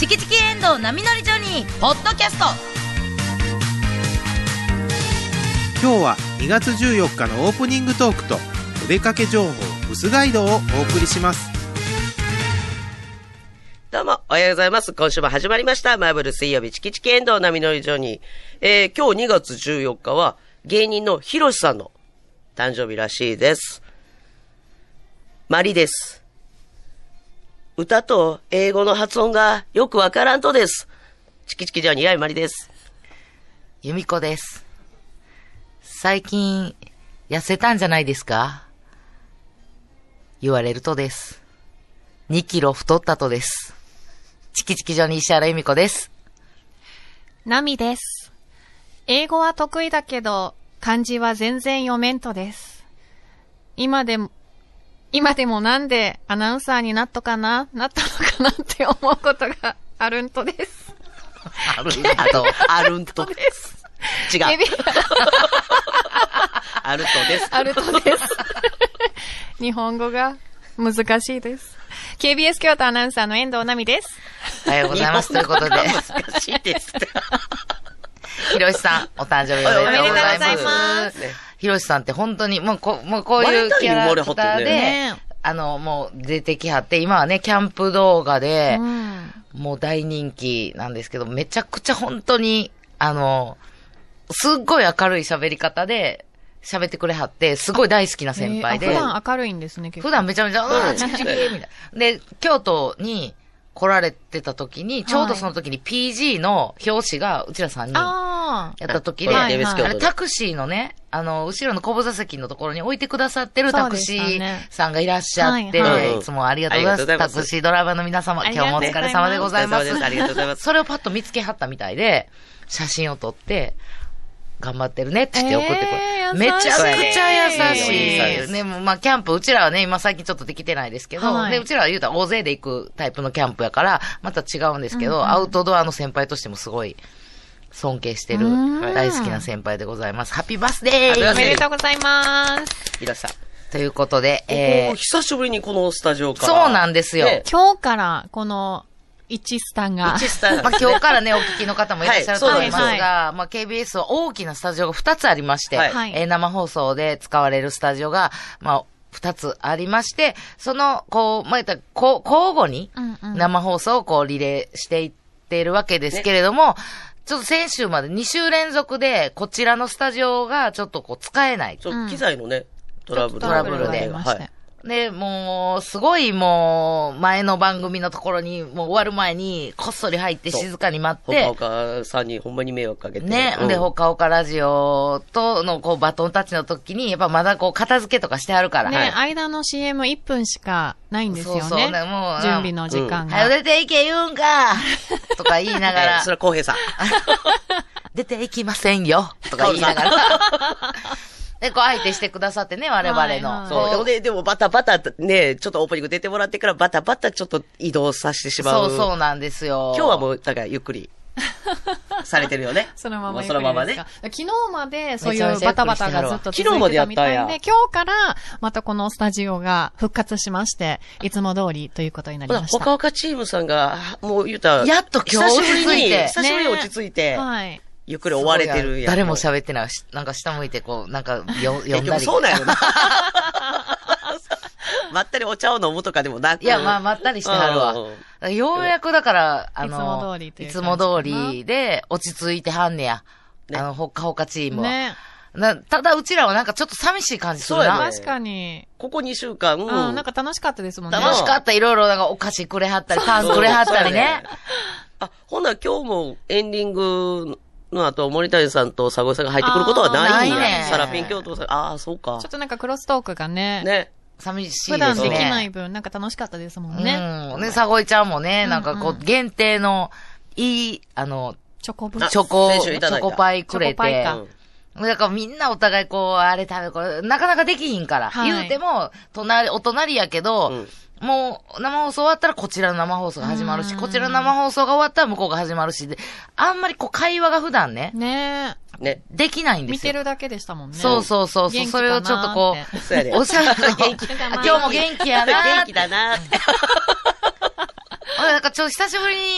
チキチキエンドウ波乗りジョニー」ポッドキャスト。 今日は2月14日のオープニングトークとお出かけ情報ブスガイドをお送りします。 どうもおはようございます。今週も始まりましたマーブル水曜日チキチキエンドウ波乗りジョニー。今日2月14日は芸人のひろしさんの誕生日らしいです。マリです。歌と英語の発音がよくわからんとです。チキチキジョニーやいマリです。 由美子です。最近痩せたんじゃないですか？言われるとです。2キロ太ったとです。チキチキジョニー石原由美子です。 ナミです。英語は得意だけど漢字は全然読めんとです。今でもなんでアナウンサーになったのかなって思うことがあるんとです。 あるんとです。違う。あるとです。 あるとです。日本語が難しいです。KBS 京都アナウンサーの遠藤奈美です。 おはようございます。ということで。 難しいです。 ひろしさん、お誕生日おめでとうございます。 おめでとうございます。 ひろしさんって本当に、もうこういうキャラクターで、 ね、 もう出てきはって、今はね、キャンプ動画で、もう大人気なんですけど、めちゃくちゃ本当に、すっごい明るい喋り方で、喋ってくれはって、すごい大好きな先輩で。 普段明るいんですね、結構。 普段めちゃめちゃ、チキチキみたいな。で、京都に来られてた時に、ちょうどその時に PG の表紙がうちらさんにやった時で、あれタクシーのね、後ろの後部座席のところに置いてくださってるタクシーさんがいらっしゃって、いつもありがとうございます。タクシードライバーの皆様、今日もお疲れ様でございます。 ありがとうございます。 それをパッと見つけはったみたいで、写真を撮って、頑張ってるねって言って送ってくる。めちゃくちゃ優しい。ね、まあ、キャンプ、うちらはね、今最近ちょっとできてないですけど、で、うちらは言うたら大勢で行くタイプのキャンプやから、また違うんですけど、アウトドアの先輩としてもすごい尊敬してる、大好きな先輩でございます。ハッピーバースデー！ おめでとうございます。 ひろしさん。 ということで、 久しぶりにこのスタジオから。 そうなんですよ。 ね、 今日から、この、1スタンが。 まあ今日からね、お聞きの方もいらっしゃると思いますが、まあ KBS は大きなスタジオが2つありまして、生放送で使われるスタジオが、まあ2つありまして、その、こう、まあ言ったら、交互に生放送をこうリレーしていっているわけですけれども、ちょっと先週まで2週連続で、こちらのスタジオがちょっとこう使えない。 機材のね、トラブルで。 で、もう、すごいもう、前の番組のところに、もう終わる前に、こっそり入って静かに待って。 ほかほかさんにほんまに迷惑かけて。 ね。で、ほかほかラジオとの、こう、バトンタッチの時に、やっぱまだこう、片付けとかしてあるから。 ね、間の CM1 分しかないんですよね。そうね、もう。準備の時間が。 はよ出ていけ言うんかとか言いながら。 それは公平さん。 出ていきませんよとか言いながら。で、こう相手してくださってね、我々の。 そう。でもバタバタね、ちょっとオープニング出てもらってからバタバタちょっと移動させてしまう。 そうなんですよ。 今日はもう、だからゆっくりされてるよね。 そのままそのままね。 昨日までそういうバタバタがずっと続いてたみたいで、 昨日までやったんや。 今日からまたこのスタジオが復活しまして、いつも通りということになりました。 ほかほかチームさんが、もう言うたら、 やっと今日久しぶりに落ち着いて、 はい。 ゆっくり終われてるやん。 誰も喋ってない。なんか下向いてこう、なんか読んだり。 そうなんやろな。まったりお茶を飲むとかでもなく。 いや、まったりしてはるわ。ようやくだから、 いつも通りという。 いつも通りで落ち着いてはんねや。ほっかほかチームは。 ね。 ただうちらはなんかちょっと寂しい感じするな。 確かに。 ここ2週間。 なんか楽しかったですもんね。 楽しかった。いろいろなんかお菓子くれはったり、パンくれはったりね。 ほんなら今日もエンディング、の後、森谷さんと佐越さんが入ってくることはないんや。 ね。 サラピン京都さん、そうか。 ちょっとなんかクロストークがね。 ね。 寂しいですね。 普段できない分、なんか楽しかったですもんね。 ね、佐越ちゃんもね、なんかこう、限定の、いい、 チョコパイくれて。だからみんなお互いこう、あれ食べ、これ、なかなかできひんから。言うても、お隣やけど、もう、生放送終わったらこちらの生放送が始まるし、こちらの生放送が終わったら向こうが始まるし、で、あんまりこう会話が普段ね。 ねできないんですよ。 見てるだけでしたもんね。 そう。それをちょっとこう、おしゃれな元気だな。今日も元気やな。 元気だなって。 なんかちょっと久しぶりに、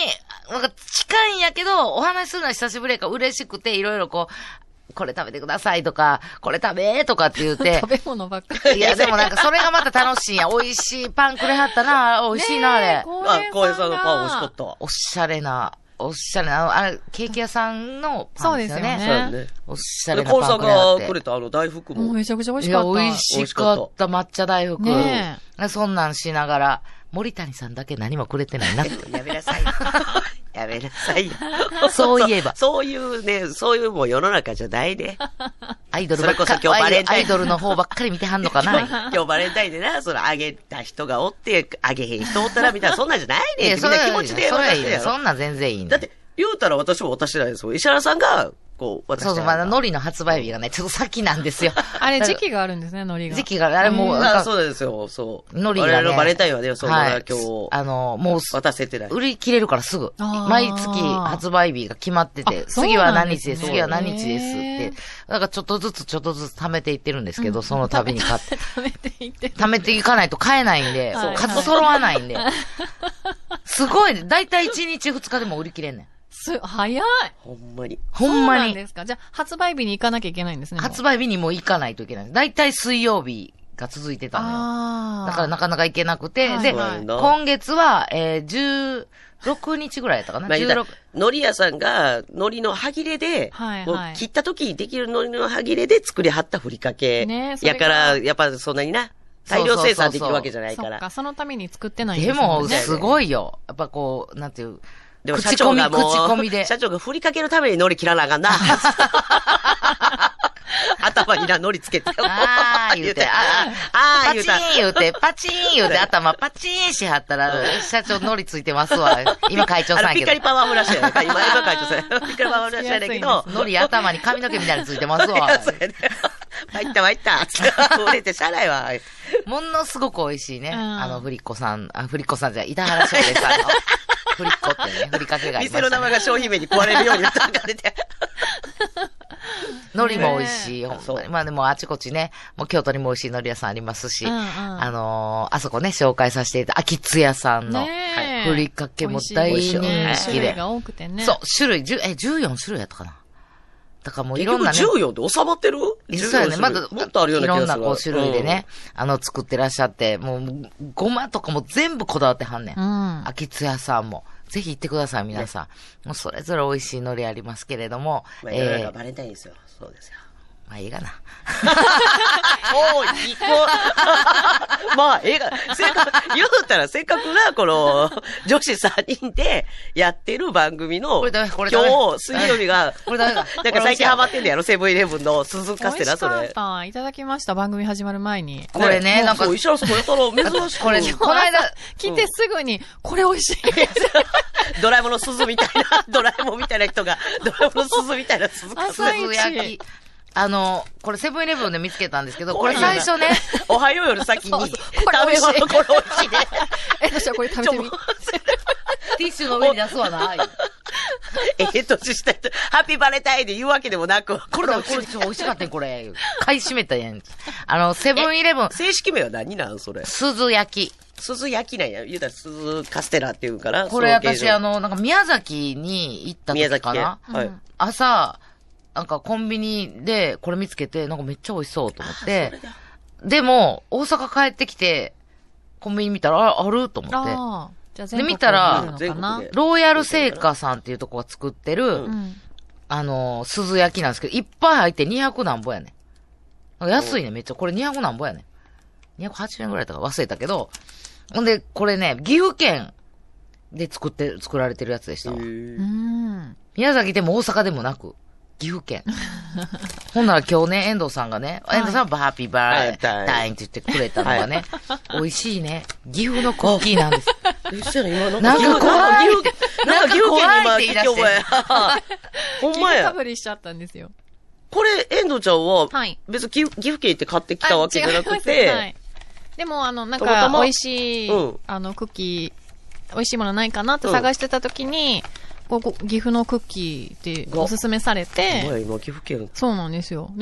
なんか近いんやけど、お話しするのは久しぶりやから嬉しくて、いろいろこう、これ食べてくださいとか、これ食べとかって言って。 食べ物ばっかり。 いや、でもなんかそれがまた楽しいんや。美味しいパンくれはったな。美味しいな、あれ。 浩平さんのパン美味しかった。 おしゃれな、あれ、ケーキ屋さんのパンですよね。 そうですよね。 おしゃれなパンくれはって。 浩さんがくれた大福も。 めちゃくちゃ美味しかった。 いや、美味しかった。抹茶大福。 ねえ。 そんなんしながら、森谷さんだけ何もくれてないなって。 やめなさい。やめなさい。 そういえば。 そういうね、そういうもう世の中じゃないね。 アイドルばっかり。 それこそ今日バレンタイン。 アイドルの方ばっかり見てはんのかな。 今日バレンタインでな、そのあげた人がおって、あげへん人おったらみたいな、そんなんじゃないねん。みんな気持ちで渡してやろ。 そんなん全然いいね。 だって、言うたら私も渡してないですよ。石原さんが、こう、渡してそうそう、まだ海苔の発売日がね、ちょっと先なんですよ。 あれ、時期があるんですね、海苔が。 時期が、あれもう、 そうですよ、そう。 海苔がね。 我々のバレンタインはね、そう、まだ今日、 もう、 渡せてない。 売り切れるからすぐ。毎月発売日が決まってて、次は何日です、次は何日ですって。だからちょっとずつ貯めていってるんですけど、その度に買って。貯めていかないと買えないんで、数揃わないんで。すごいね。だいたい1日2日でも売り切れんねん。 早い。 ほんまに。 ほんまに。そうなんですか。じゃあ、発売日に行かなきゃいけないんですね。 発売日にも行かないといけない。だいたい水曜日が続いてたのよ。だからなかなか行けなくて、で、今月は、16日ぐらいやったかな。 16。海苔屋さんが、海苔の歯切れで、切った時にできる海苔の歯切れで作りはったふりかけ。やから、やっぱそんなにな。大量生産できるわけじゃないから。 そっか、そのために作ってないんですね。でも、すごいよ。やっぱこう、なんていう。 でも社長がもう、 口コミで。 社長が振りかけるために海苔切らなあかんな。頭にな、海苔つけて。 言うて、パチーン言うて、パチーン言うて、頭パチーンしはったら、社長海苔ついてますわ。今会長さんやけど。 ピカリパワーフラッシュやね。今会長さん。ピカリパワーフラッシュやねんけど。 海苔頭に髪の毛みたいについてますわ。 参ったつって、売れてしゃあないわ。 ものすごく美味しいね。フリッコさんじゃ、板原翔平さんの。フリッコってね、ふりかけがありました、ね。 店の名前が商品名に食われるようになったんか出て。 海苔も美味しい、ほんまに。まあでもあちこちね、もう京都にも美味しい海苔屋さんありますし、あそこね、紹介させていただいた、秋津屋さんのふりかけも大人気で。 種類が多くてね。 そう、14種類やったかな。だからもういろんなね。 14で収まってる？ そうやね。まだ、 もっとあるような気がする。 いろんなこう種類でね、作ってらっしゃって、もう、ごまとかも全部こだわってはんねん。秋津屋さんも。ぜひ行ってください、皆さん。もうそれぞれ美味しい海苔ありますけれども。 まあ、世の中バレンタインですよ。そうですよ。 まあ、いいがな。 おー、行こう。まあ、言うたらせっかくな、この、女子3人でやってる番組の、今日、水曜日が、なんか最近ハマってんだやろ、セブンイレブンの鈴カステラ、それ。 美味しかった。いただきました、番組始まる前に。 これね、なんか。 石原さんもやったら珍しい。 これ、この間、来てすぐに、これ美味しい。 ドラえもんの鈴みたいな、ドラえもんみたいな人が、ドラえもんの鈴みたいな鈴カステラ。 鈴焼き。これセブンイレブンで見つけたんですけど、これ最初ね、 おはようより先に、これ美味しい。これ美味しいね。 私はこれ食べてみ。 ティッシュの上に出すわな。 年下と、ハッピーバレンタインで言うわけでもなく、 これ美味しかったね、これ。買い占めたやん。セブンイレブン。 正式名は何なんそれ。 鈴焼き。 鈴焼きなんや。言うたら鈴カステラっていうから。 これ私なんか宮崎に行った時かな。はい。朝、なんかコンビニでこれ見つけて、なんかめっちゃ美味しそうと思って。でも、大阪帰ってきて、コンビニ見たら、あると思って。で、見たら、ローヤル製菓さんっていうとこが作ってる、鈴焼きなんですけど、いっぱい入って200何ぼやねん。安いね、めっちゃ。これ200何ぼやねん。280円ぐらいだから忘れたけど、ほんで、これね、岐阜県で作られてるやつでしたわ。宮崎でも大阪でもなく、岐阜県。ほんなら今日ね、遠藤さんがね、遠藤さんはハッピーバータインって言ってくれたのがね、美味しいね、岐阜のクッキーなんです。なんか怖い。なんか岐阜県に今聞き覚え。 ほんまや。かぶりしちゃったんですよ。 これ、遠藤ちゃんは、別に岐阜県行って買ってきたわけじゃなくて、 でもなんか、美味しい、クッキー、美味しいものないかなって探してた時に、岐阜のクッキーっておすすめされて、 今岐阜県。 そうなんですよ。で、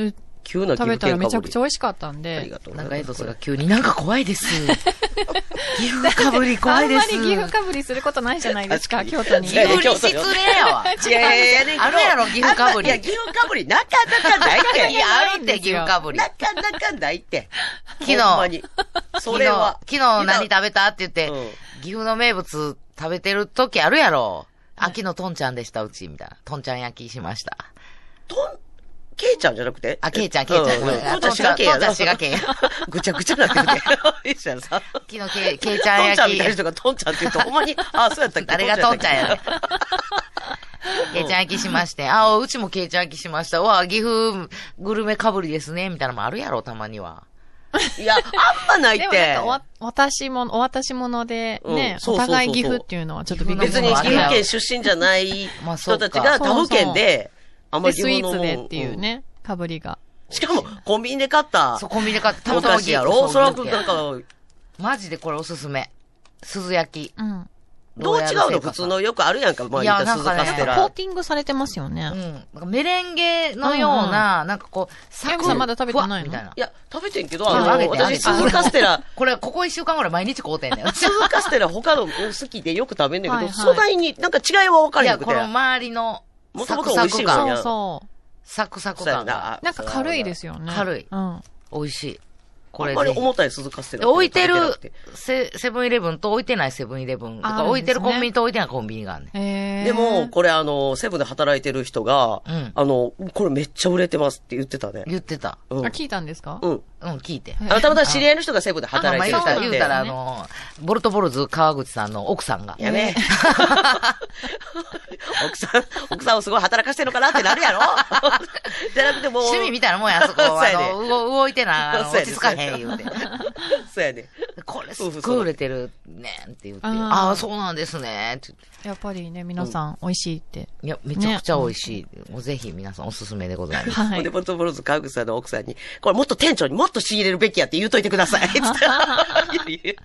急な岐阜県かぶり。 食べたらめちゃくちゃ美味しかったんで。 ありがとうござないんかます。 エドスが急になんか怖いです。岐阜かぶり怖いです。 あんまり岐阜かぶりすることないじゃないですか、京都に。 岐阜に失礼やわ。 いやねんけどあるやろ、岐阜かぶり。 いや、岐阜かぶりなかなかないって。 いや、あるって、岐阜かぶり。 なかなかないって。 昨日、 ほんまに。それは。 昨日何食べたって言って、岐阜の名物食べてる時あるやろ。秋のトンちゃんでした、うち、みたいな。トンちゃん焼きしました。 ケイちゃんじゃなくてケイちゃん。トンちゃん滋賀県や。トンちゃん滋賀県や。 ぐちゃぐちゃなってて。いいじゃんさ。 昨日ケイちゃん焼き。 トンちゃんみたいな人がトンちゃんって言うと、ほんまに、そうやったっけ誰がトンちゃんやね。ケイちゃん焼きしまして、うちもケイちゃん焼きしました。岐阜グルメかぶりですね、みたいなのもあるやろ、たまには。 いや、あんまないって。 でもお渡し物でね、お互い岐阜っていうのはちょっとびっくり別に岐阜県出身じゃない人たちが他府県で、あんまり岐阜のスイーツでっていうね、かぶりが。 しかも、コンビニで買った。 そう、コンビニで買った。 お菓子やろそらくなんか。 マジでこれおすすめ。鈴焼き。 うん。 どう違うの普通のよくあるやんか。まあ、言った鈴カステラ。 コーティングされてますよね。 うん。メレンゲのような、なんかこう、 サクさんまだ食べてないのみたいな。いや、食べてんけど、 私、 鈴カステラ。 ここ一週間ぐらい毎日買うてんねん。 鈴カステラ他の好きでよく食べんねんけど、素材になんか違いは分かるんだけど。 いや、この周りの、 もともと美味しいもんや。 そう。 サクサク感が。 なんか軽いですよね。 軽い。 うん。 美味しい。 これ。あんまり重たい鈴カステラ。 置いてるセブンイレブンと置いてないセブンイレブン。置いてるコンビニと置いてないコンビニがあるね。 でも、これセブンで働いてる人が、これめっちゃ売れてますって言ってたね。 言ってた。 聞いたんですか？ うん。 聞いて。 たまたま知り合いの人がセブンで働いてる人言うたらボルトボルズ川口さんの奥さんが。 やめ。奥さんをすごい働かしてるのかなってなるやろじゃなくてもう。 趣味みたいなもんや、あそこ。動いてな、落ち着かへん言うて。 そうやね。 これすっごい売れてるねんって言って。そうなんですね。ってやっぱりね、皆さん美味しいって。 いや、めちゃくちゃ美味しい。もうぜひ皆さんおすすめでございます。 はい。で、ボルトボルズ川口さんの奥さんに、これもっと店長にもっと仕入れるべきやって言うといてください。つって。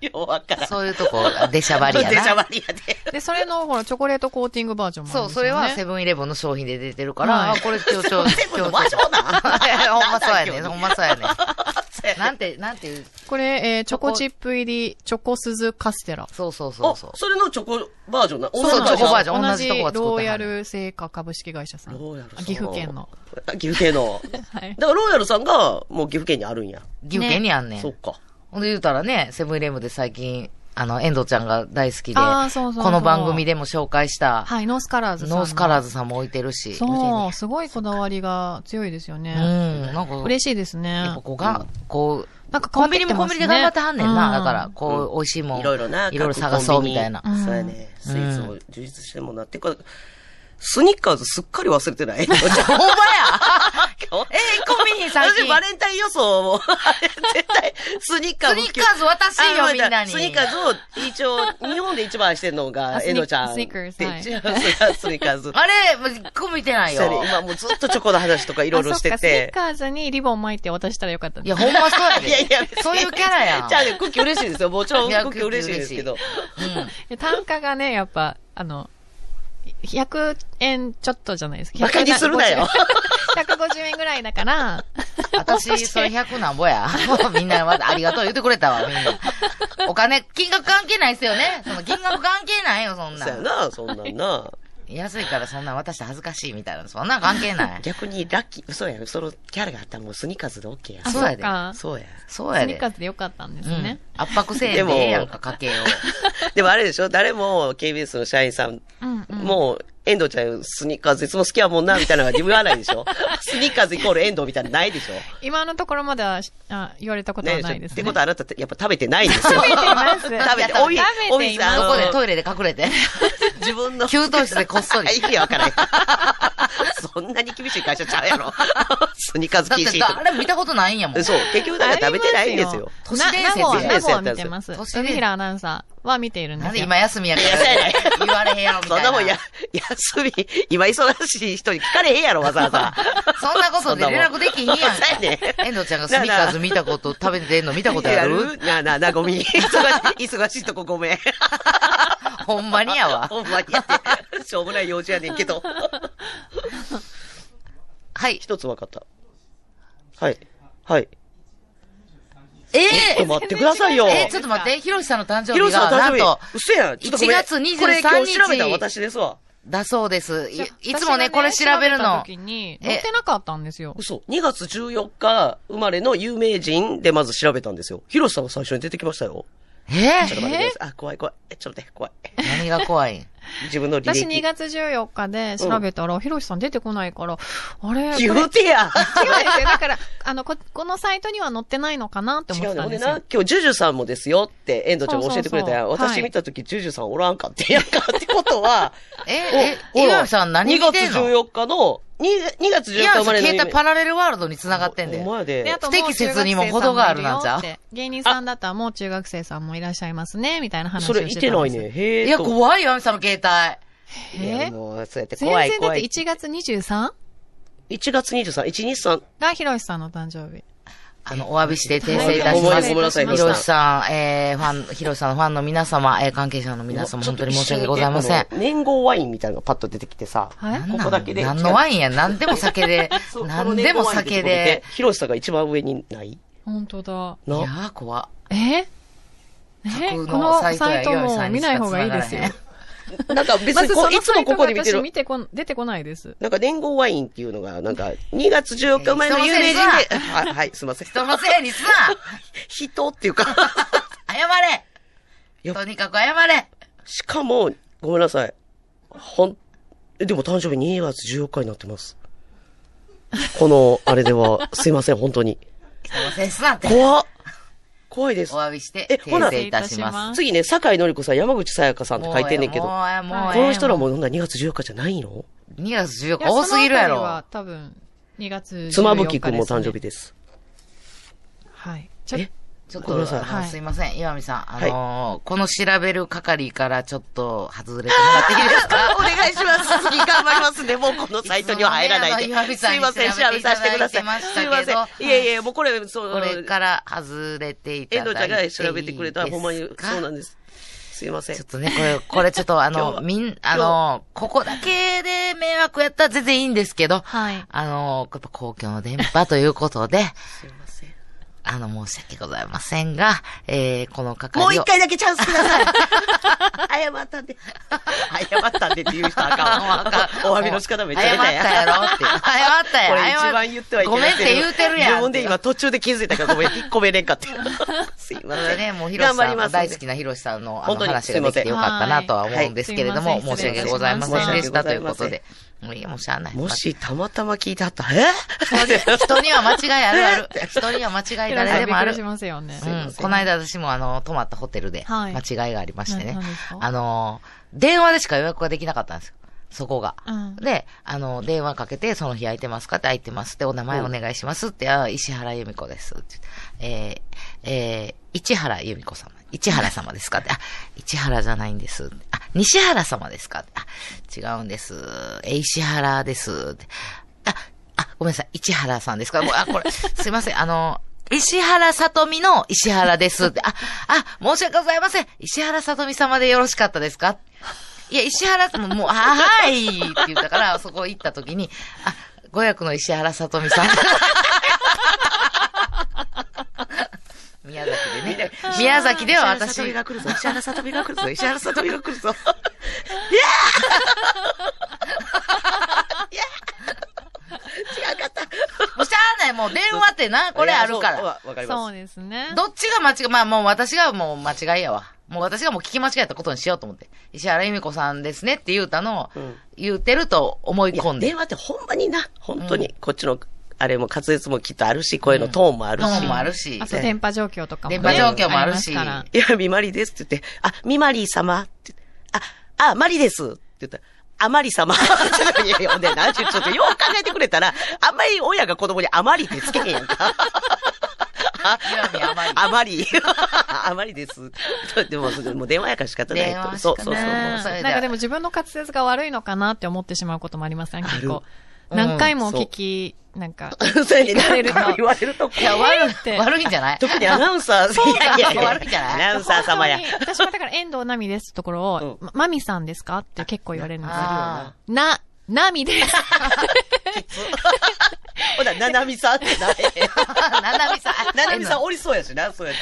ようわからん。 そういうとこ、出しゃばりやな。 出しゃばりやで。 で、それの、ほら、チョコレートコーティングバージョンもあるんですよね。 そう、それはセブンイレブンの商品で出てるから、これ今日。 セブンのバージョンな。 ほんまそうやね。ほんまそうやね。なんていう。 これ、チョコチップ入り、チョコ鈴カステラ。 そう。 それのチョコバージョンな。 そう、チョコバージョン。 同じローヤル製菓株式会社さん。岐阜県の。 岐阜県の。はい。だからローヤルさんが、もう岐阜県にあるんや。 岐阜県にあんねん。 そっか。 ほんで言うたらね、セブンイレブンで最近、遠藤ちゃんが大好きで、この番組でも紹介した、 はい、ノースカラーズさん。 ノースカラーズさんも置いてるし。 そう、すごいこだわりが強いですよね。 なんか、 嬉しいですね。 やっぱなんかコンビニもコンビニで頑張ってはんねんな。だから、美味しいもん。 いろいろ探そうみたいな。 そうやね。スイーツも充実してもなってスニッカーズすっかり忘れてないほんまやコンビニ最近。 私バレンタイン予想も、絶対、スニッカーズ。 スニッカーズ渡しいよ、みんなに。 スニッカーズを、一応、日本で一番してるのが、エノちゃん。 スニッカーズ。 スニッカーズ。 あれ、見てないよ。 今もうずっとチョコの話とかいろいろしてて。 スニッカーズにリボン巻いて渡したらよかった。 いや、ほんまそうやで。 いや、 そういうキャラやん。 じゃあね、クッキー嬉しいですよ。もちろん、クッキー嬉しいですけど。 単価がね、やっぱ、100円ちょっとじゃないですか。 バカにするなよ。 150円ぐらいだから。 私、それ100なんぼや。みんなありがとう言ってくれたわ、みんな。お金、金額関係ないですよね。金額関係ないよ、そんな。 そうやな、そんなんな。 安いからそんな渡して恥ずかしいみたいな。そんなん関係ない。 逆にラッキー、そうや、そのキャラがあったらもうスニーカーズで OK や。 そうやで。 そうや。 そうやで。 スニーカーズでよかったんですね。 圧迫せえでええやんか、家計を。 でもあれでしょ誰も KBS の社員さん、もう、遠藤ちゃんスニーカーズいつも好きやもんな、みたいなのは言わないでしょスニーカーズイコール遠藤みたいなのないでしょ今のところまでは言われたことはないですね。 ってことはあなたやっぱ食べてないんですよ。 食べてます。 食べて、おい、 どこでトイレで隠れて。 自分の。 給湯室でこっそり。 意味わからない。そんなに厳しい会社ちゃうやろ。スニーカーズ禁止。 だって誰も見たことないんやもん。 そう。結局だから食べてないんですよ。 都市伝説や。 ナボは見てます。海平アナウンサーは見ているんですよ。 なんで今休みやから言われへんやろみたいな。 そんなもん休み、今忙しい人に聞かれへんやろ、わざわざ。 そんなことで連絡できひんやんか。遠藤ちゃんがスニーカーズ見たこと、食べてんの見たことある？ なあ、ごめん。忙しいとこごめん。 ほんまにやわ。 ほんまにやって。しょうもない用事やねんけど。 はい。 一つ分かった。 はい。はい。ちょっと待ってくださいよ。 ちょっと待って、ひろしさんの誕生日が、なんと、 嘘やん。ちょっとごめん。 1月23日。 これ今日調べた私ですわ。 だそうです。いつもね、これ調べるの。 時に載ってなかったんですよ。 嘘。2月14日生まれの有名人でまず調べたんですよ。ひろしさんが最初に出てきましたよ。ちょっと待ってください。あ、怖い。ちょっと待って、怖い。 何が怖い？ 自分の履歴。 私2月14日で調べたら、ひろしさん出てこないから、あれ言うてや違うんですよ。だから、このサイトには載ってないのかなって思ってたんですよ。 違うね。今日、ジュジュさんもですよって、遠藤ちゃんが教えてくれたやん。私見たとき、ジュジュさんおらんかってやんかってことは、 岩さん何見てんの？ 2月14日の、2月14日生まれの。 携帯パラレルワールドに繋がってんだよ。不適切にも程があるなんちゃう？ 芸人さんだったらもう中学生さんもいらっしゃいますね、みたいな話をしてたんです。 それいてないね。へえ。 いや、怖いよ、さんの携帯。 もう、そうやって怖い。 全然だって1月 23？ 1月23、123。 がひろしさんの誕生日。 お詫びして訂正いたします。 ごめんなさい。 ひろしさん、ひろしさんのファンの皆様、関係者の皆様、本当に申し訳ございません。 年号ワインみたいなのがパッと出てきてさ、ここだけで。 何のワインや、何でも酒で、何でも酒で。 ひろしさんが一番上にない？ 本当だ。 いやー、怖このサイトも見ない方がいいですよ。 なんか別にいつもここで見てる。 出てこないです。 なんか年号ワインっていうのが、なんか2月14日生まれの有名人で、はい、すいません。 人のせいにすな人っていうか謝れとにかく謝れ。 しかも、ごめんなさい。でも誕生日2月14日になってます。この、あれでは、すいません、本当に。 人のせいすなって。 怖いです。 お詫びして、訂正いたします。 次ね、酒井のり子さん、山口さやかさんって書いてんねんけど。この人らも2月14日じゃないの？ 2 月14日多すぎるやろ。 は多分、2月14日です、ね。 妻夫木くんも誕生日です。 はい。 ちょっと、すいません、岩見さん。この調べる係からちょっと外れてもらっていいですか？ お願いします。次頑張りますね。もうこのサイトには入らないで。すいません、調べさせてください。すいません。いや、もうこれから外れていただいていいですか？遠藤ちゃんが調べてくれたらほんまにそうなんです。すいません。 ちょっとね、これちょっとここだけで迷惑やったら全然いいんですけど、 はい。 やっぱ公共の電波ということで、 すいません。 申し訳ございませんが、この係を。 もう一回だけチャンスください。謝ったんでって言う人あかん。お詫びの仕方めっちゃ下手や。 謝ったやろって。謝ったやろ。 これ一番言ってはいけない。 ごめんって言うてるやん。 自分で今途中で気づいたからごめん、1個目れんかって。すいません。 ね、もうヒロシさん、大好きなヒロシさんの話ができてよかったなとは思うんですけれども、申し訳ございませんでしたということで。もうしゃあない。 もしたまたま聞いてはった人には間違いある。人には間違い誰でもある。 しますよね。 この間私も泊まったホテルで間違いがありましてね。電話でしか予約ができなかったんですよ。そこが。で、電話かけて、その日空いてますかって空いてますって、お名前お願いしますって、石原由美子です。市原由美子様。市原様ですかって、市原じゃないんです。西原様ですかって、違うんです。石原です。ごめんなさい。市原さんですか？これ、すいません。石原さとみの石原ですって。申し訳ございません。石原さとみ様でよろしかったですか？いや、石原さんもはいって言ったから、そこ行った時に、ご予約の石原さとみさん。宮崎でね。宮崎では私。 石原さとみが来るぞ。石原さとみが来るぞ。石原さとみが来るぞ。いや違うかった。 もうしゃあない。もう電話ってな、これあるから。 わかります。 そうですね。 どっちが間違い、まあもう私がもう間違いやわ。もう私がもう聞き間違えたことにしようと思って。石原由美子さんですねって言うたのを、言うてると思い込んで。 電話ってほんまにな、本当に、こっちの、あれも滑舌もきっとあるし、声のトーンもあるし。 トーンもあるし。 あと電波状況とかも。 電波状況もあるし。いや、みまりですって言って、みまり様ってまりですって言ったら、マリ様。いやいや、ね、ちょっとよう考えてくれたら、あんまり親が子供にあまりってつけへんやんか。あまりです。でも、もう電話やから仕方ないと。そう。 なんかでも自分の滑舌が悪いのかなって思ってしまうこともありません？結構。何回も聞き、なんか、 言われると。 いや、悪いんじゃない？ 特にアナウンサー。 いや、悪いんじゃない？ アナウンサー様や。 私もだから遠藤奈美ですってところを、マミさんですかって結構言われるんですよ。奈美です。 ほら、ななみさんってなれへん。 ななみさん。 ななみさんおりそうやしな、そうやって。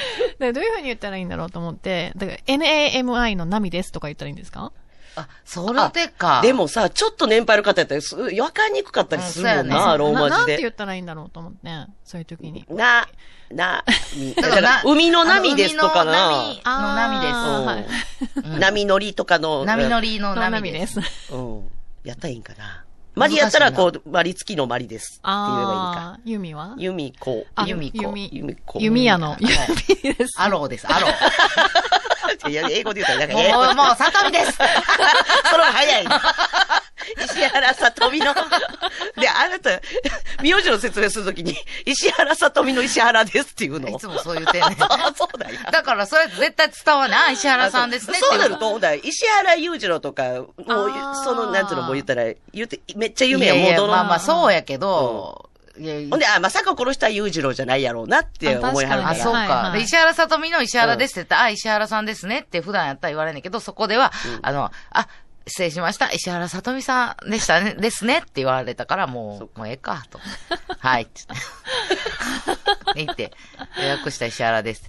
どういう風に言ったらいいんだろうと思って、だから NAMI のナミですとか言ったらいいんですか？ あ、それでか。 でもさ、ちょっと年配の方やったら、わかりにくかったりするもんな、ローマ字で。 なんて言ったらいいんだろうと思って、そういう時に。 だから海の波ですとかな。 海の波です。 波乗りとかの。 波乗りの波です。 うん。やったらいいんかな。マリやったら、こう、マリ付きのマリです。って言えばいいか。 弓は弓子。 弓子。 弓矢の弓です。 アローです、アロー。 いや、英語で言ったら、なんかもう、里見です。 その方が早い。石原さとみの。で、あなた、名字の説明するときに、石原さとみの石原ですっていうの。 いつもそう言ってんねん。 そうだよ。 だから、それ絶対伝わない。石原さんですねって。 そうなると、石原裕次郎とか、もう、なんつうのも言ったら、めっちゃ有名や、もうまあ、そうやけど、 ほんで、まさかこの人は裕次郎じゃないやろうなって思いはるから。 そうか。石原さとみの石原ですって言ったら、石原さんですねって普段やったら言われんねんけど、そこでは、失礼しました。石原さとみさんでしたね、ですねって言われたから、もうええか、と。はい、って言って、予約した石原です。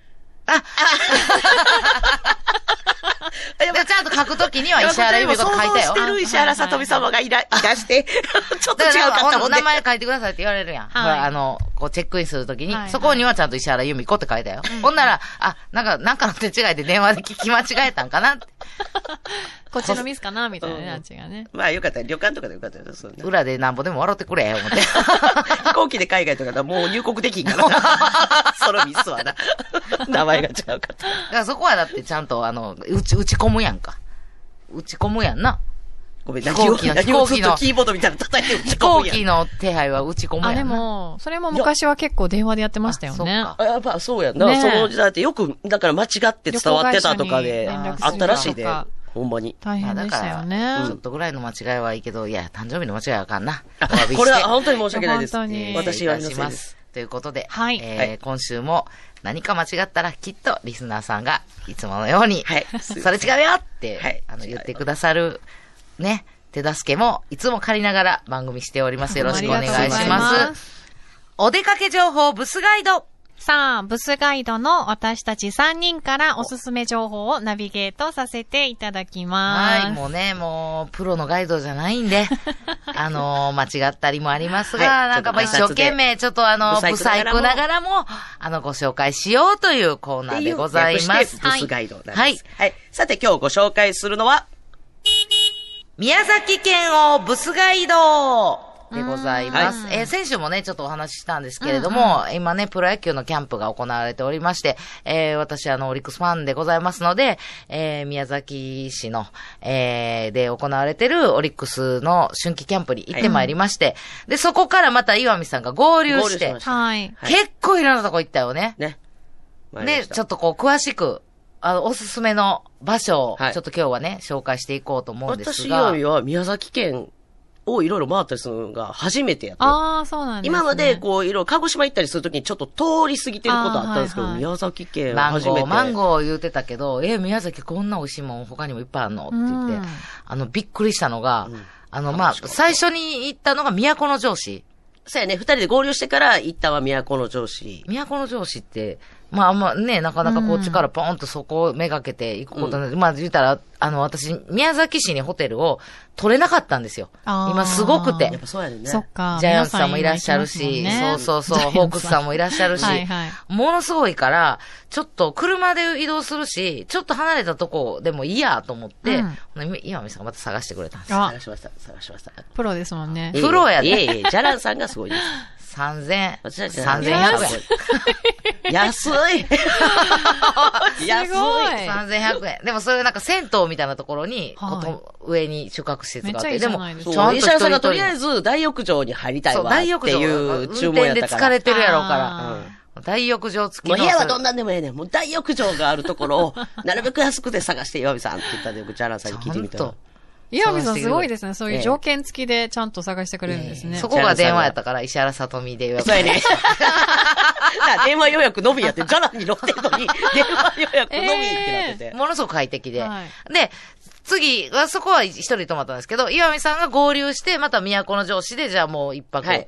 でちゃんと書くときには石原由美子と書いたよ。 想像してる石原さとみ様がいらして、ちょっと違うかったもんね。 名前書いてくださいって言われるやん。ほら、こうチェックインするときに、そこにはちゃんと石原由美子って書いたよ。ほんなら、なんかの手違いで電話で聞き間違えたんかなって。 こっちのミスかなみたいなね、あっちがね。 まあよかった。旅館とかでよかったよ。 裏でなんぼでも笑ってくれ、思って。 飛行機で海外とかだもう入国できんからな。そのミスはな。名前が違うかった。だからそこはだってちゃんと打ち込むやんか。打ち込むやんな。 ごめん、飛行機のキーボードみたいなの叩いて打ち込むやん。 飛行機の手配は打ち込むやんな。 でも、それも昔は結構電話でやってましたよね。 やっぱそうやんな。その時代ってよく、だから間違って伝わってたとかで、あったらしいで。ほんまに。 大変でしたよね。 ちょっとぐらいの間違いはいいけど、いや、誕生日の間違いはあかんな。 これは本当に申し訳ないです。 私がします。 ということで、 はい。 今週も何か間違ったらきっとリスナーさんがいつものように、それ違うよって、言ってくださる、ね、手助けもいつも借りながら番組しております。よろしくお願いします。お出かけ情報ブスガイド。 さあ、ブスガイドの私たち3人からおすすめ情報をナビゲートさせていただきます。 はい、もうプロのガイドじゃないんで、間違ったりもありますが、なんか一生懸命ちょっとブサイクながらも、ご紹介しようというコーナーでございます。 ブスガイドなんです。はい。さて今日ご紹介するのは、 宮崎県をブスガイドでございます。先週もね、ちょっとお話ししたんですけれども、今ね、プロ野球のキャンプが行われておりまして、私オリックスファンでございますので、宮崎市の、で行われてるオリックスの春季キャンプに行ってまいりまして、で、そこからまた岩見さんが合流して、 はい。 結構いろんなとこ行ったよね。 ね。 で、ちょっとこう、詳しく、おすすめの場所を、ちょっと今日はね、紹介していこうと思うんですが。 私岩見は宮崎県、をいろいろ回ったりするのが初めてやって。 そうなんですね。 今までいろいろ鹿児島行ったりするときにちょっと通り過ぎてることあったんですけど、宮崎県初めて。 マンゴー言うてたけど、宮崎こんな美味しいもん他にもいっぱいあるのって言って、びっくりしたのが、最初に行ったのが都城市。 そうやね、二人で合流してから行ったは都城市。 都城市って、あんまね、なかなかこっちからポンとそこをめがけて行くことない。言ったら、私、宮崎市にホテルを取れなかったんですよ。今すごくて。 やっぱそうやねんね。 そっか。 ジャイアンツさんもいらっしゃるし、そう、ホークスさんもいらっしゃるし、ものすごいから、ちょっと車で移動するし、ちょっと離れたとこでもいいやと思って、岩見さんがまた探してくれたんですよ。 探しました。 プロですもんね。 プロやで。 いえ、ジャランさんがすごいです。 3100円。 安い。 安い。 3100円。でもそれなんか銭湯みたいなところに、上に宿泊施設があって。 でも、 ちゃんと石原さんがとりあえず大浴場に入りたいわっていう注文やったから。 運転で疲れてるやろうから。大浴場付きの。 部屋はどんなんでもええねん。もう大浴場があるところを、なるべく安くで探して、岩見さんって言ったんで、ジャランさんに聞いてみたら。 岩見さんすごいですね。そういう条件付きでちゃんと探してくれるんですね。 そこが電話やったから、石原さとみで予約。 そうやね。電話予約のみやって、ジャランに乗ってるのに、電話予約のみってなってて。 ものすごく快適で。で、次は、そこは一人泊まったんですけど、岩見さんが合流して、また都城市で、じゃあもう一泊。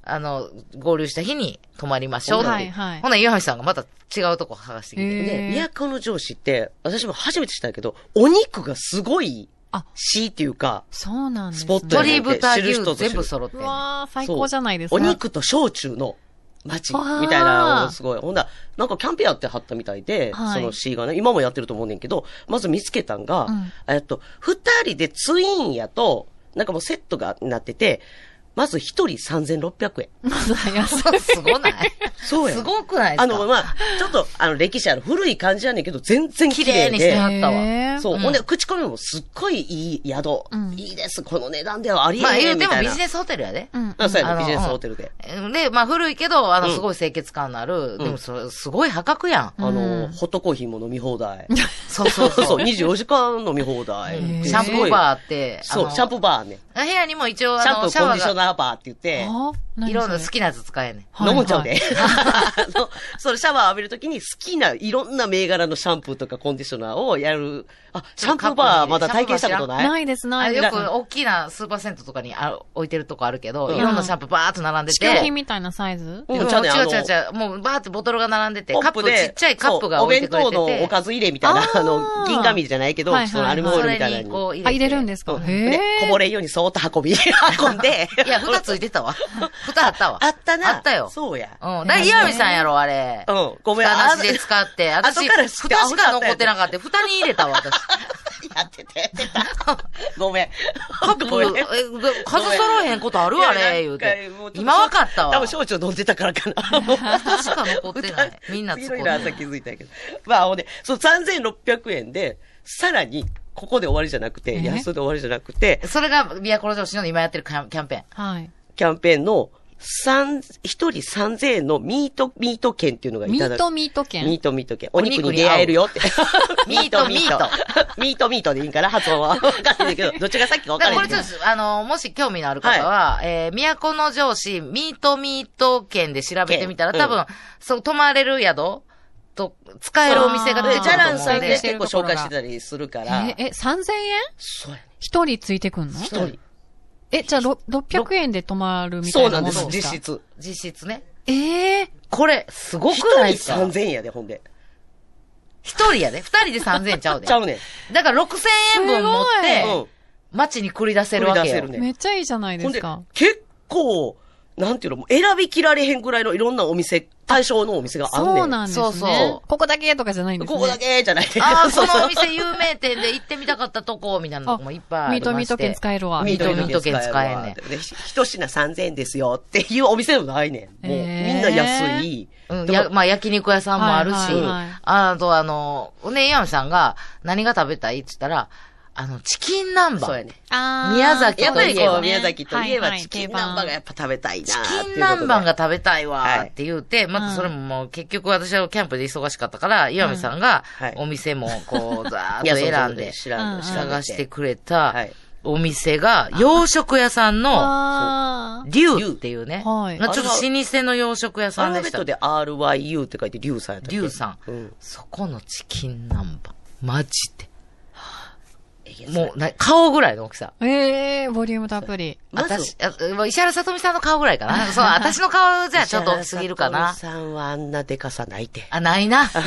合流した日に泊まりましょうって。 はいはい。 ほな、岩見さんがまた違うとこ探してきて。 で、都城市って、私も初めて知ったけど、お肉がすごい、市っていうか、 そうなんですね。 スポットやねん鶏豚牛知る人ぞ知る全部揃ってんねん。 わー、最高じゃないですか。 お肉と焼酎の街みたいなのをすごい。ほんだなんかキャンペーンやってはったみたいで、 はいその市がね、今もやってると思うねんけど、まず見つけたんが、二人でツインやと、なんかもうセットがなってて、まず一人3600円。 まずは安い。 すごないそうや。 すごくないですかまあ、ちょっと、歴史ある古い感じやねんけど、全然綺麗綺麗にしてで。 はったわ。 そう。ほんで、口コミもすっごいいい宿。いいです。この値段ではありえまあへん言うてもみたいな。 ビジネスホテルやで。 そうやね、ビジネスホテルで。 で、まあ古いけど、すごい清潔感のある、でもすごい破格やん。 ホットコーヒーも飲み放題。 そうそうそう。 そう、24時間飲み放題。 シャンプーバーあって、 そう、シャンプーバーね。 部屋にも一応シャンプーコンディショーナーバーって言って、 いろんな好きなやつ使えんねん。 飲むんちゃうで。そのシャワー浴びるときに好きないろんな銘柄のシャンプーとかコンディショナーをやる。シャンプーバーまだ体験したことない？ ないです、ないです。 よく大きなスーパー銭湯とかに置いてるとこあるけど、いろんなシャンプーバーっと並んでて。 試供品みたいなサイズ？ 違う。もうバーってボトルが並んでて、カップちっちゃいカップが置いてくれてて。 お弁当のおかず入れみたいな、銀紙じゃないけど、そのアルミホイルみたいなのに。 入れるんですか？ で、こぼれんようにそーっと運んで。 いや、蓋ついてたわ。蓋あったわ。 あったな。 あったよ。 そうや。 岩見さんやろ、あれ。 ごめん。 蓋なしで使って。私、蓋しか残ってなかった。蓋に入れたわ、私。 やってた。ごめん。 カップ、数揃えへんことあるあれ、言うて。今わかったわ。 多分焼酎飲んでたからかな。 蓋しか残ってない。みんな作ってない。朝気づいたけど。まあ、ほんで、そう、3600円で、さらに、ここで終わりじゃなくて、安で終わりじゃなくて。 それが、都城市の今やってるキャンペーン。 はい。 キャンペーンの、一人3000円のミート券っていうのがいただく。 ミート券。 ミート券。お肉に出会えるよって。 ミート。 ミートでいいんかな発音は。わかんないけど、どっちがさっきかわかんないけど。 これちょっと、もし興味のある方は、都城市ミート券で調べてみたら、多分、そう、泊まれる宿と、使えるお店が出てくると思うんで。 ジャランさんで結構紹介してたりするから。 3000円？ そうやね。 一人ついてくんの？ 一人。 じゃあ、600円で泊まるみたいなものですか？ そうなんです、 実質ね。 これ、すごくないですか？ 一人3000円やで、ほんで。 一人やで。二人で3000円ちゃうで。 ちゃうねん。だから6000円分持って、街に繰り出せるわけよ。 めっちゃいいじゃないですか。 結構、なんていうの、選びきられへんぐらいのいろんなお店、対象のお店があんねん。 そうなんですね。そう。ここだけとかじゃないんですね。 ここだけじゃない。 そのお店有名店で行ってみたかったとこ、みたいなとこもいっぱいありまして。 ミート券使えるわ。 ミート券使えんねん。一品3000円ですよっていうお店でもないねん。もう、みんな安い。 まあ、焼肉屋さんもあるし、あと岩見さんが何が食べたいって言ったら、チキン南蛮。 そうやね。 宮崎といえば。 やっぱりこう、宮崎といえばチキン南蛮がやっぱ食べたいな。 チキン南蛮が食べたいわって言うて、またそれももう結局私はキャンプで忙しかったから、岩見さんがお店もこう、ざーっと選んで、探してくれたお店が、洋食屋さんの、龍っていうね。ちょっと老舗の洋食屋さんでした。 アルファベットで RYU って書いて龍さんやったっけ？ 龍さん。そこのチキン南蛮。マジで。もう、顔ぐらいの大きさ。 ボリュームたっぷり。 石原さとみさんの顔ぐらいかな。そう、私の顔じゃちょっと大きすぎるかな。 石原さとみさんはあんなデカさないて。 ないな。 チ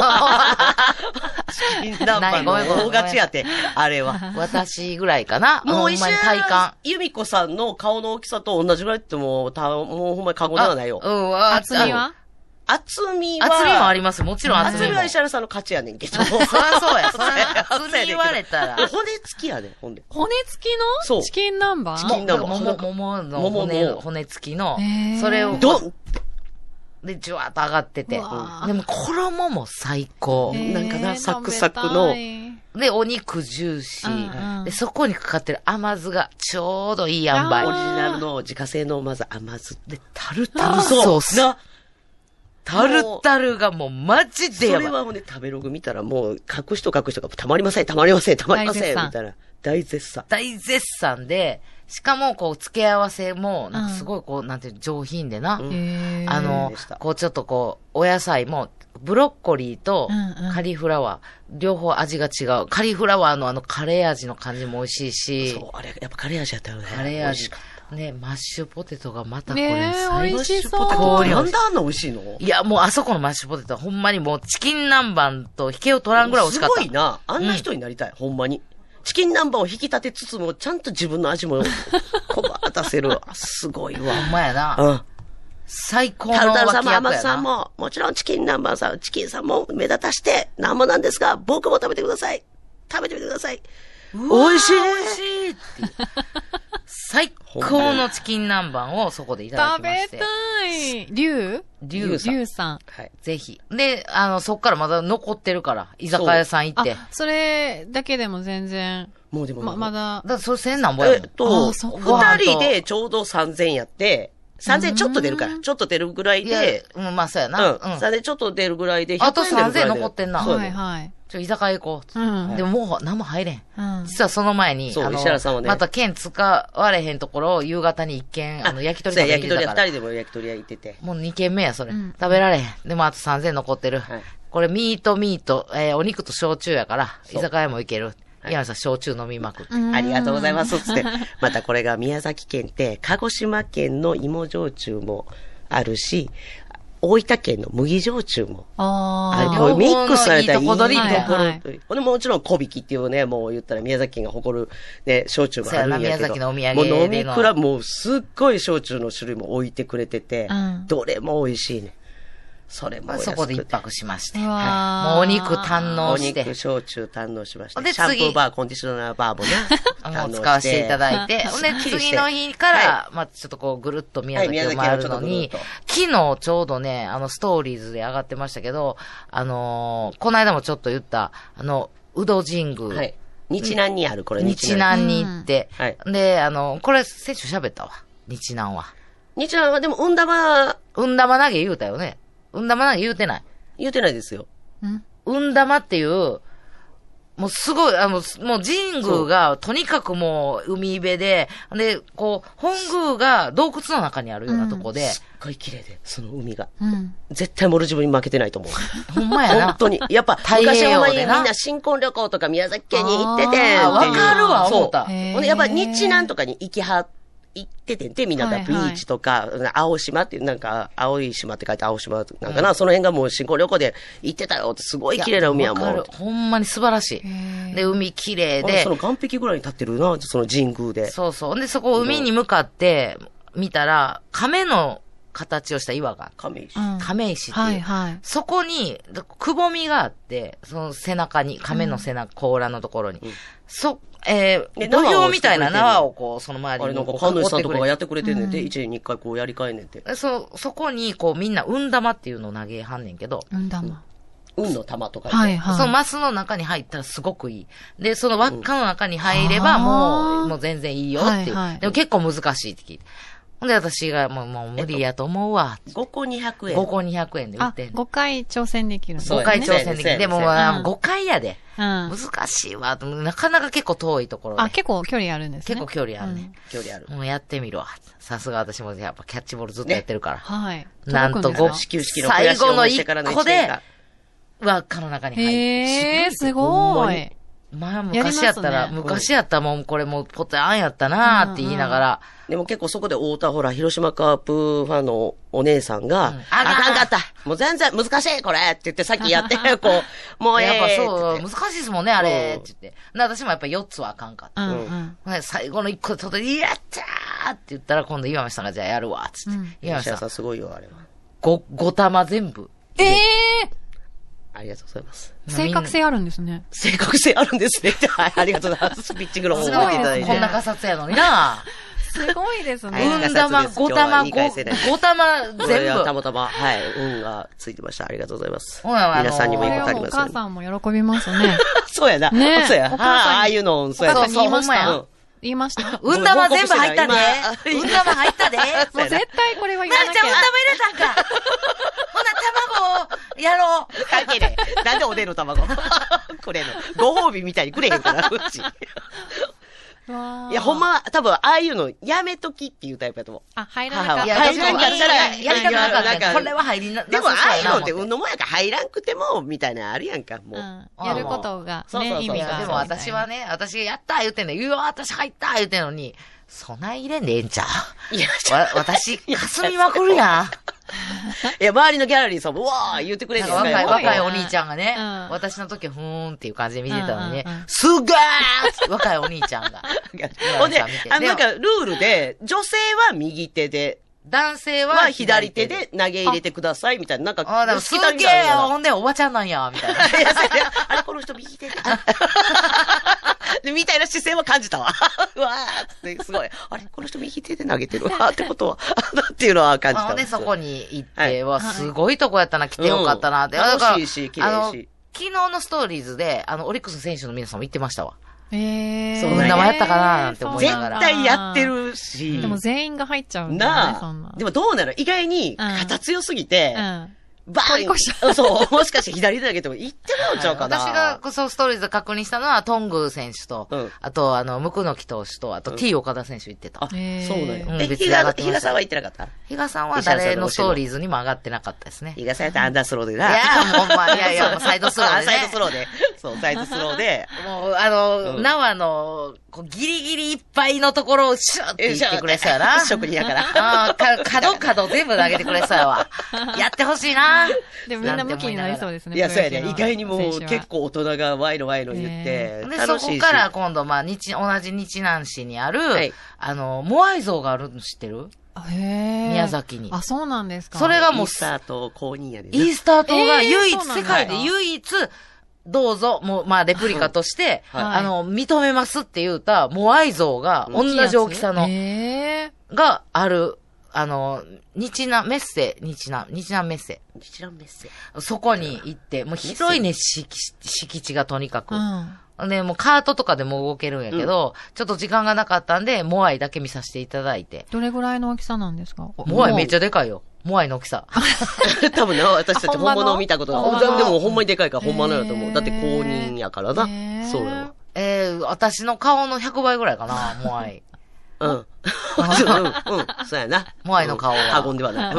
キン南蛮の大勝ちやて、あれは。 私ぐらいかな。 もう石原由美子さんの顔の大きさと同じぐらいってもうほんまに過言ではないよ。 厚みは厚みもあります。もちろん厚みは石原さんの勝ちやねんけど。 そりゃそうや。厚み言われたら。 骨付きやね、ほんで。 骨付きのチキン南蛮？ チキン南蛮。 桃の骨付きの。それを。で、じゅわっと上がってて。でも衣も最高。 なんかな、サクサクの。 で、お肉ジューシー。で、そこにかかってる甘酢がちょうどいい塩梅。 オリジナルの自家製のまず甘酢。で、 タルタルソース。タルタルがもうマジでやばい。 それはもうね、食べログ見たらもう、書く人がたまりません、みたいな。大絶賛。 大絶賛で、しかもこう、付け合わせも、なんかすごいこう、なんていう上品でな。こうちょっとこう、お野菜も、ブロッコリーとカリフラワー、両方味が違う。カリフラワーのカレー味の感じも美味しいし。 そう、あれ、やっぱカレー味やったよね。 カレー味。 ね、マッシュポテトがまたこれね最美味しそう。 なんであんな美味しいの？ いや、もうあそこのマッシュポテトはほんまにもうチキン南蛮と引けを取らんぐらい美味しかった。 すごいな。あんな人になりたい、ほんまに。チキン南蛮を引き立てつつも、ちゃんと自分の味も、こば出せる。すごいわ。 ほんまやな。 うん。 最高のタルタルさんも甘脇役やな。 さんも、もちろんチキン南蛮さん、チキンさんも目立たして、なんもなんですが、僕も食べてください。食べてみてください。美味しい美味しいっていう最高のチキン南蛮をそこでいただ食きまして。 べたい。龍さん。 はい。 ぜひ。で、そっからまだ残ってるから、居酒屋さん行って。 それだけでも全然。 もうでも、 まだ。 だからそれ1000何本やもん。 そっ二人でちょうど3000やって、3000ちょっと出るから、ちょっと出るぐらいで、 まあそうやな。 3000ちょっと出るぐらいで、 あと3000残ってんな。 はいはい。 居酒屋行こう。 うん。 でももう何も入れん。 うん。 実はその前に、 石原さんはね。 また券使われへんところを夕方に一軒、焼き鳥食べに行ってたから。 焼き鳥屋、二人でも焼き鳥屋行ってて。 もう2軒目や、それ。食べられへん。でもあと3000残ってる。これミート、お肉と焼酎やから、居酒屋も行ける。岩見さん、焼酎飲みまくって。 ありがとうございます。つって。またこれが宮崎県って、鹿児島県の芋焼酎もあるし、大分県の麦焼酎も。こういうミックスされたいいところ。ほんでもちろん小引きっていうね、もう言ったら宮崎県が誇るね、焼酎があるんやけど。 宮崎のお土産もう飲み比べ、もうすっごい焼酎の種類も置いてくれてて、どれも美味しいね。それもそこで一泊しまして。もうお肉堪能して。 お肉、焼酎堪能しました。で、シャンプーバー、コンディショナーバーもね。 使わせていただいて。で、次の日から、まあちょっとこうぐるっと宮崎を回るのに、昨日ちょうどね、ストーリーズで上がってましたけど、この間もちょっと言った、宇戸神宮。はい。 日南にある、これ日南に行って。で、これ、先週喋ったわ。日南は。 日南はでも、運玉投げ言うたよね。運玉なんか言うてない。 言うてないですよ。 運玉っていう、もうすごい、もう神宮が、とにかくもう海辺で、こう、本宮が洞窟の中にあるようなとこで。 すっごい綺麗で、その海が。絶対モルジブに負けてないと思う。 ほんまやな。 本当に。やっぱ、昔ほんまにみんな新婚旅行とか宮崎県に行ってて。 わかるわ、思った。 やっぱ日南とかに行っててんて、みんながビーチとか、青島っていう、なんか、青い島って書いて青島なんかな、その辺がもう新婚旅行で行ってたよって、すごい綺麗な海はもう。 ほんまに素晴らしい。で、海綺麗で。 その岸壁ぐらいに立ってるな、その神宮で。 そうそう。で、そこ海に向かって見たら、亀の形をした岩が。 亀石。 亀石っていう。そこに、くぼみがあって、その背中に、亀の背中、甲羅のところに。土俵みたいな縄をこう、その周りに。 あれなんか、神主さんとかがやってくれてんねんて、一年に一回こうやり替えねんて。 そこに、こうみんな、運玉っていうのを投げはんねんけど。 運玉。 運の玉とか。 そのマスの中に入ったらすごくいい。で、その輪っかの中に入ればもう全然いいよっていう。でも結構難しいって聞いて。ほんで私がもう無理やと思うわ。 5個200円。 5個200円で売ってんの。 5回挑戦できるんですね。5回挑戦できる。でも5回やで。難しいわ。なかなか結構遠いところで。 結構距離あるんですね。 結構距離あるね。 距離ある。 もうやってみるわ。さすが私もやっぱキャッチボールずっとやってるから。 はい。 なんと最後の1個で、輪っかの中に入って。 すごい。 まあ昔やったらもうこれもうポテアンやったなーって言いながら。 でも結構そこで太田ほら、広島カープファンのお姉さんが、あかんかったもう全然難しいこれって言ってさっきやって、こう、もうやっぱそう、難しいですもんね、あれって言って。私もやっぱ4つはあかんかった。最後の1個で取って、やったーって言ったら今度岩見さんがじゃあやるわ、つって。 岩見さんすごいよ、あれは。 5玉全部。 ありがとうございます。 正確性あるんですね。 正確性あるんですね。はい、ありがとうございます。ピッチングの方を見ていただいて。 こんなガサツやのにな。 すごいですね。 運玉、5玉全部。 たまたま、はい、運がついてました。ありがとうございます。皆さんにもいいことありますよ。 お母さんも喜びますね。 そうやな。 ね。 そうや。ああいうの、 そうや。そう、言いました。言いました。 運玉全部入ったで。運玉入ったで。もう絶対これは言わなきゃ。 なるちゃん運玉入れたんか。ほな、卵をやろう。 関係ねえ。なんでおでんの卵くれんの。ご褒美みたいにくれへんから、うち。 いや、ほんまは、多分、ああいうの、やめときっていうタイプやと思う。 あ、入らなかった。 入らなかったら、やりたくなかった。これは入りな、 でも、ああいうのって運のもんやから入らんくても、みたいなあるやんか、もう。 やることが、ね、意味が。 でも私はね、私やった言うてんねん。うわ、私入った言うてんのに、そない入れんでええんちゃう。いや、私、霞みまくるやん。 いや、周りのギャラリーさんも、うわー言ってくれんねん。 若いお兄ちゃんがね、私の時はふーんっていう感じで見てたのにね、すっげー若いお兄ちゃんが。 ほんで、なんかルールで、女性は右手で、 男性は左手で投げ入れてください、みたいな。なんか、 すげーほんでおばちゃんなんや、みたいな。 あれ、この人右手で。みたいな姿勢も感じたわ。うわーって、すごい。あれ、この人右手で投げてるわ。ってことは、っていうのは感じた。 で、そこに行って、すごいとこやったな、来てよかったなって。 楽しいし、綺麗し。 昨日のストーリーズで、オリックス選手の皆さんも行ってましたわ。 そう運玉やったかななんて思いながら。 絶対やってるし。 でも全員が入っちゃうんだよね、そんな。 でもどうなの意外に、肩強すぎて、バーンそう、もしかして左手だけでも行ってもらっちゃうかな。 私がそうストーリーズで確認したのは、トング選手と、あと、ムクノキ投手と、あと T 岡田選手行ってた。 そうだよ。 比嘉さんは行ってなかった？ 比嘉さんは誰のストーリーズにも上がってなかったですね。 比嘉さんやったらアンダースローでな。 いや、もういや、もうサイドスローで。 サイドスローで。そう、サイドスローで。 もう、縄の、ギリギリいっぱいのところをシューって言ってくれそうやな。 職人やから。 角全部投げてくれそうやわ。やってほしいな。 でもみんな向きになりそうですね。 いや、そうやね。意外にもう結構大人がワイの言って、 で、そこから今度、同じ日南市にある、モアイ像があるの知ってる？宮崎に。 あ、そうなんですか。 それがもう、 イースター島公認やで。 イースター島が世界で唯一、どうぞ、もう、レプリカとして、認めますって言うた、モアイ像が、同じ大きさの、がある、日南メッセ。そこに行って、もう広いね、敷地がとにかく。で、もうカートとかでも動けるんやけど、ちょっと時間がなかったんで、モアイだけ見させていただいて。 どれぐらいの大きさなんですか？ モアイめっちゃでかいよ。モアイの大きさ。 多分ね、私たち本物を見たことない。でもほんまにでかいから本物やと思う。だって公認やからな。そうよ。 私の顔の100倍ぐらいかな、モアイ。 そうやな。 モアイの顔は。 過言ではない。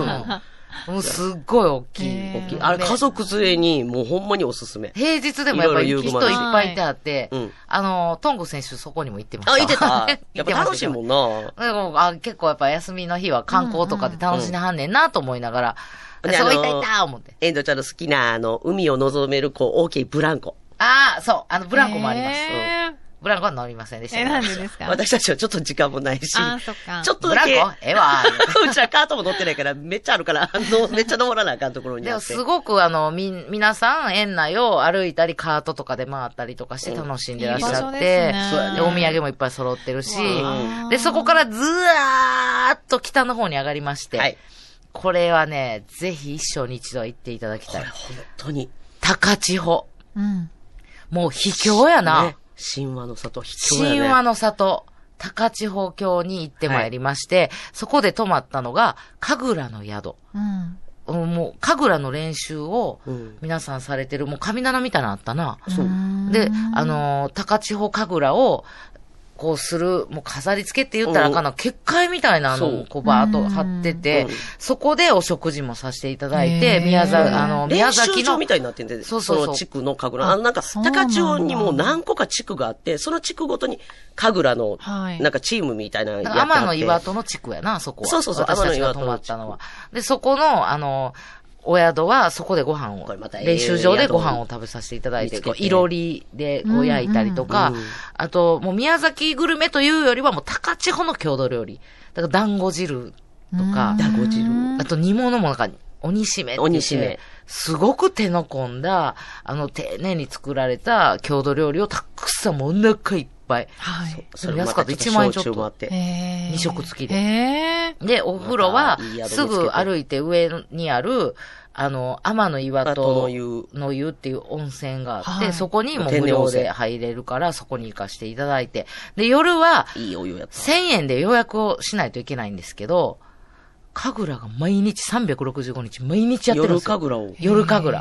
もうすっごい大きい。 あれ家族連れにもうほんまにおすすめ。 平日でもやっぱり人いっぱいいてあって、トング選手そこにも行ってました。 行ってた。やっぱ楽しいもんな。 結構やっぱ休みの日は観光とかで楽しんではんねんなと思いながら、そこ行った思って。 遠藤ちゃんの好きな海を望める大きいブランコ。 そう、ブランコもあります。ブランコは乗りませんでした。 なんでですか？ 私たちはちょっと時間もないし。 そっか。 ちょっとだけ。 ブランコうちらカートも乗ってないから、めっちゃあるから、めっちゃ登らなあかんところにあって。 でもすごく皆さん園内を歩いたりカートとかで回ったりとかして楽しんでらっしゃって、でお土産もいっぱい揃ってるし、で、そこからずーっと北の方に上がりまして、これはね、ぜひ一生に一度は行っていただきたい。 本当に。 高千穂。もう秘境やな。 神話の里、秘境やね。 神話の里、高千穂峡に行ってまいりまして、そこで泊まったのが、神楽の宿。もう、神楽の練習を、皆さんされてる、もう神棚みたいなのあったな。で、高千穂神楽を、こうする、もう飾り付けって言ったらあかんな、結界みたいなのをこうバーっと貼ってて、そこでお食事もさせていただいて、宮崎の。 練習場みたいになってんで、その地区の神楽。なんか、高千穂にも何個か地区があって、その地区ごとに神楽の、なんかチームみたいなやつがあって。 天の岩戸の地区やな、そこは。 そう。 私たちが泊まったのは。で、そこの、お宿はそこでご飯を、練習場でご飯を食べさせていただいて、いろりでこう焼いたりとか、あと、もう宮崎グルメというよりはもう高千穂の郷土料理。だから団子汁とか、あと煮物もなんか、鬼しめって言って、すごく手の込んだ、丁寧に作られた郷土料理をたくさんもうお腹いっぱい。それ安かった。1万円ちょっと。2食付きで。で、お風呂は、すぐ歩いて上にある、天の岩戸の湯っていう温泉があって、そこにも無料で入れるから、そこに行かせていただいて。で、夜は、1000円で予約をしないといけないんですけど、神楽が毎日365日毎日やってるんですよ。夜神楽。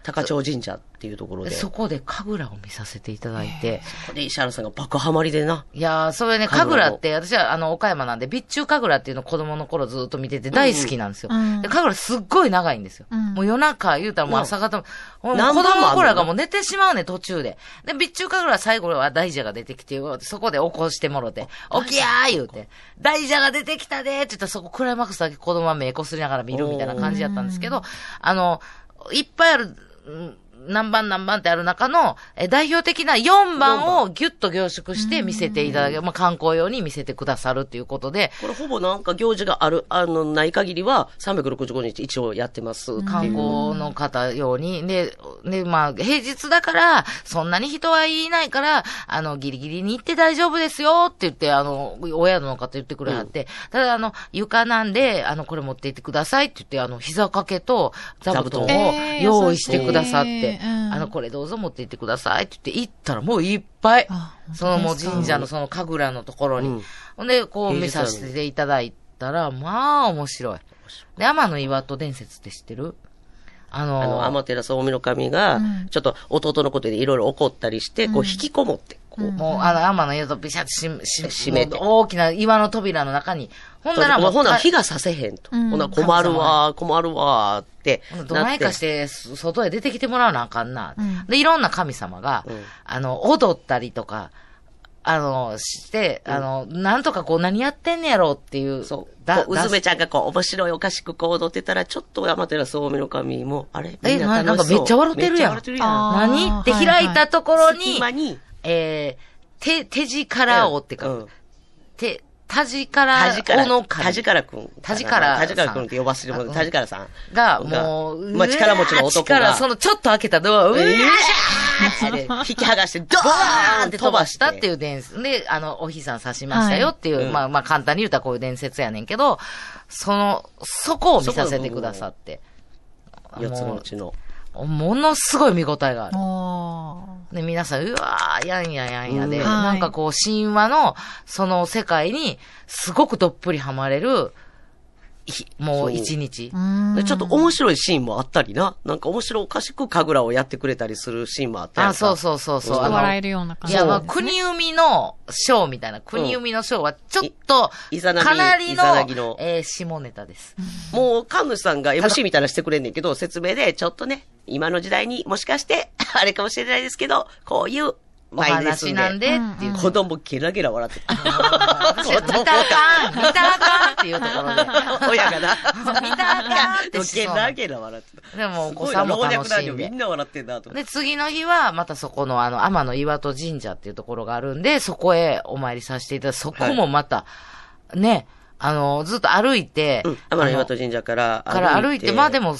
高千穂神社っていうところで。 そこで神楽を見させていただいて。 そこで石原さんが爆ハマりでな。 いやー、それね、神楽って、私は岡山なんで、備中神楽っていうのを子供の頃ずっと見てて大好きなんですよ。で神楽すっごい長いんですよ。もう夜中言うたらもう朝方も、子供の頃がもう寝てしまうね、途中で。で、備中神楽最後は大蛇が出てきて、そこで起こしてもろて、起きやー言うて、大蛇が出てきたでーって言ったらそこクライマックスだけ子供は目こすりながら見るみたいな感じだったんですけど、いっぱいある、何番ってある中の、代表的な4番をギュッと凝縮して見せていただける。まあ、観光用に見せてくださるっていうことで。 これほぼなんか行事がない限りは365日一応やってますっていう。 観光の方用に。で、まあ、平日だから、そんなに人はいないから、ギリギリに行って大丈夫ですよって言って、親の方言ってくれはって。ただ、床なんで、これ持って行ってくださいって言って、膝掛けと座布団を用意してくださって。これどうぞ持って行ってくださいって言って行ったらもういっぱい。もう神社のその神楽のところに。で、こう見させていただいたら、まあ面白い。で、天の岩戸伝説って知ってる？ 天照大御神が、ちょっと弟のことでいろいろ怒ったりして、こう引きこもって、 もう天の岩戸ビシャッと閉めて、大きな岩の扉の中に、ほんなら火がさせへんと。ほんなら困るわって。 どないかして、外へ出てきてもらわなあかんな。で、いろんな神様が、踊ったりとか、して、なんとかこう何やってんねやろうっていう。 そう。うずめちゃんがこう面白いおかしくこう踊ってたら、ちょっと天照大御神も、あれなんかめっちゃ笑ってるやん。何って開いたところに、手力をってか、田力の神。 田力くん。 田力くんって呼ばせてもらう。田力さん。 が、もう、 まあ、力持ちの男が。 そのちょっと開けたドアを、 引き剥がして、ドーンって飛ばしたっていう伝説。で、お日さん刺しましたよっていう、まあ、簡単に言うたらこういう伝説やねんけど、そこを見させてくださって。 四つのうちの。 ものすごい見応えがある。で、皆さん、うわー、やんやで、なんかこう、神話の、その世界に、すごくどっぷりハマれる、もう一日。 ちょっと面白いシーンもあったりな。なんか面白おかしく神楽をやってくれたりするシーンもあったり。 そう。 笑えるような感じ。 いや、まあ、国生みのショーみたいな。国生みのショーは、ちょっと、かなりの、下ネタです。 もう、神主さんが MC みたいなしてくれんねんけど、説明で、ちょっとね、今の時代にもしかして、あれかもしれないですけど、こういう、 お話なんでっていう。 子供ゲラゲラ笑ってた。 見たらあかんっていうところで。 親がな。 見たらあかんってゲラゲラ笑ってた。 でも、お子さんも楽しんで。 みんな笑ってんだと。 で、次の日は、またそこの天の岩戸神社っていうところがあるんで、そこへお参りさせていただいて、そこもまた、ね、ずっと歩いて、 天の岩戸神社から歩いて、まあでも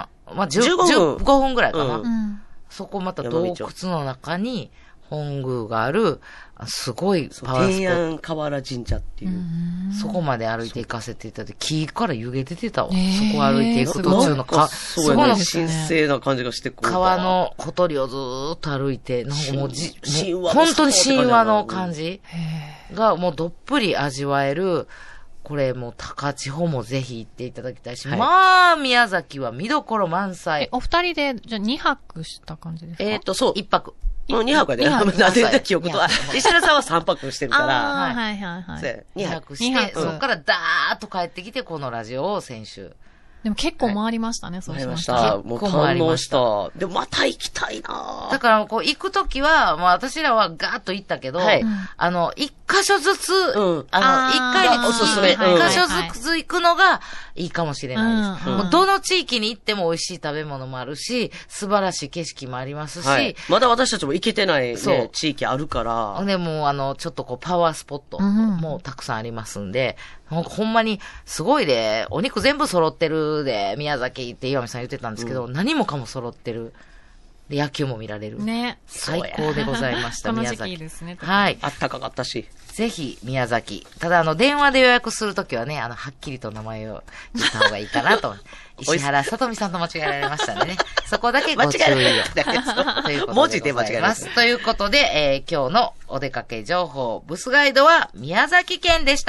15分ぐらいかな。そこまた洞窟の中に、本宮がある、すごいパワースポット。天安河原神社っていう。 そこまで歩いて行かせていただいて、木から湯気出てたわ。そこ歩いていく途中のそこの神聖な感じがしてくる。 川の小鳥をずーっと歩いて、なんかもう本当に神話の感じがもうどっぷり味わえる、これもう高千穂もぜひ行っていただきたいし、まあ、宮崎は見どころ満載。 お二人で、じゃあ2泊した感じですか？ そう。 1泊。 もう2泊で、全然記憶と。石原さんは3泊してるから。 はい。 2泊して、そこからダーッと帰ってきて、このラジオを先週。 でも結構回りましたね、そうしました。 もう堪能した。でもまた行きたいな。 だからこう行くときは、まあ私らはガーッと行ったけど、一箇所ずつ、一回におすすめ、一箇所ずつ行くのがいいかもしれないです。もうどの地域に行っても美味しい食べ物もあるし、素晴らしい景色もありますし、 まだ私たちも行けてないね、地域あるから。 でもちょっとこうパワースポットもたくさんありますんで、ほんまにすごいで、お肉全部揃ってるで、宮崎って岩見さん言ってたんですけど、何もかも揃ってる。で、野球も見られる。 ね。 最高でございました、宮崎。 この時期いいですね。 はい。 あったかかったし。 ぜひ、宮崎。ただ、電話で予約するときはね、はっきりと名前を言った方がいいかなと。石原さとみさんと間違えられましたんでね。そこだけご注意を。ということで文字で間違えます。ということで、今日のお出かけ情報、ブスガイドは宮崎県でした。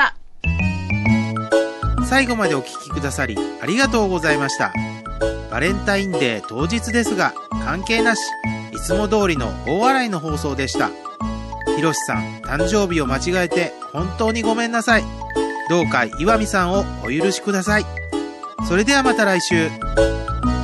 最後までお聞きくださりありがとうございました。バレンタインデー当日ですが、 関係なし、いつも通りの大笑いの放送でした。ひろしさん、誕生日を間違えて本当にごめんなさい。どうか岩見さんをお許しください。それではまた来週。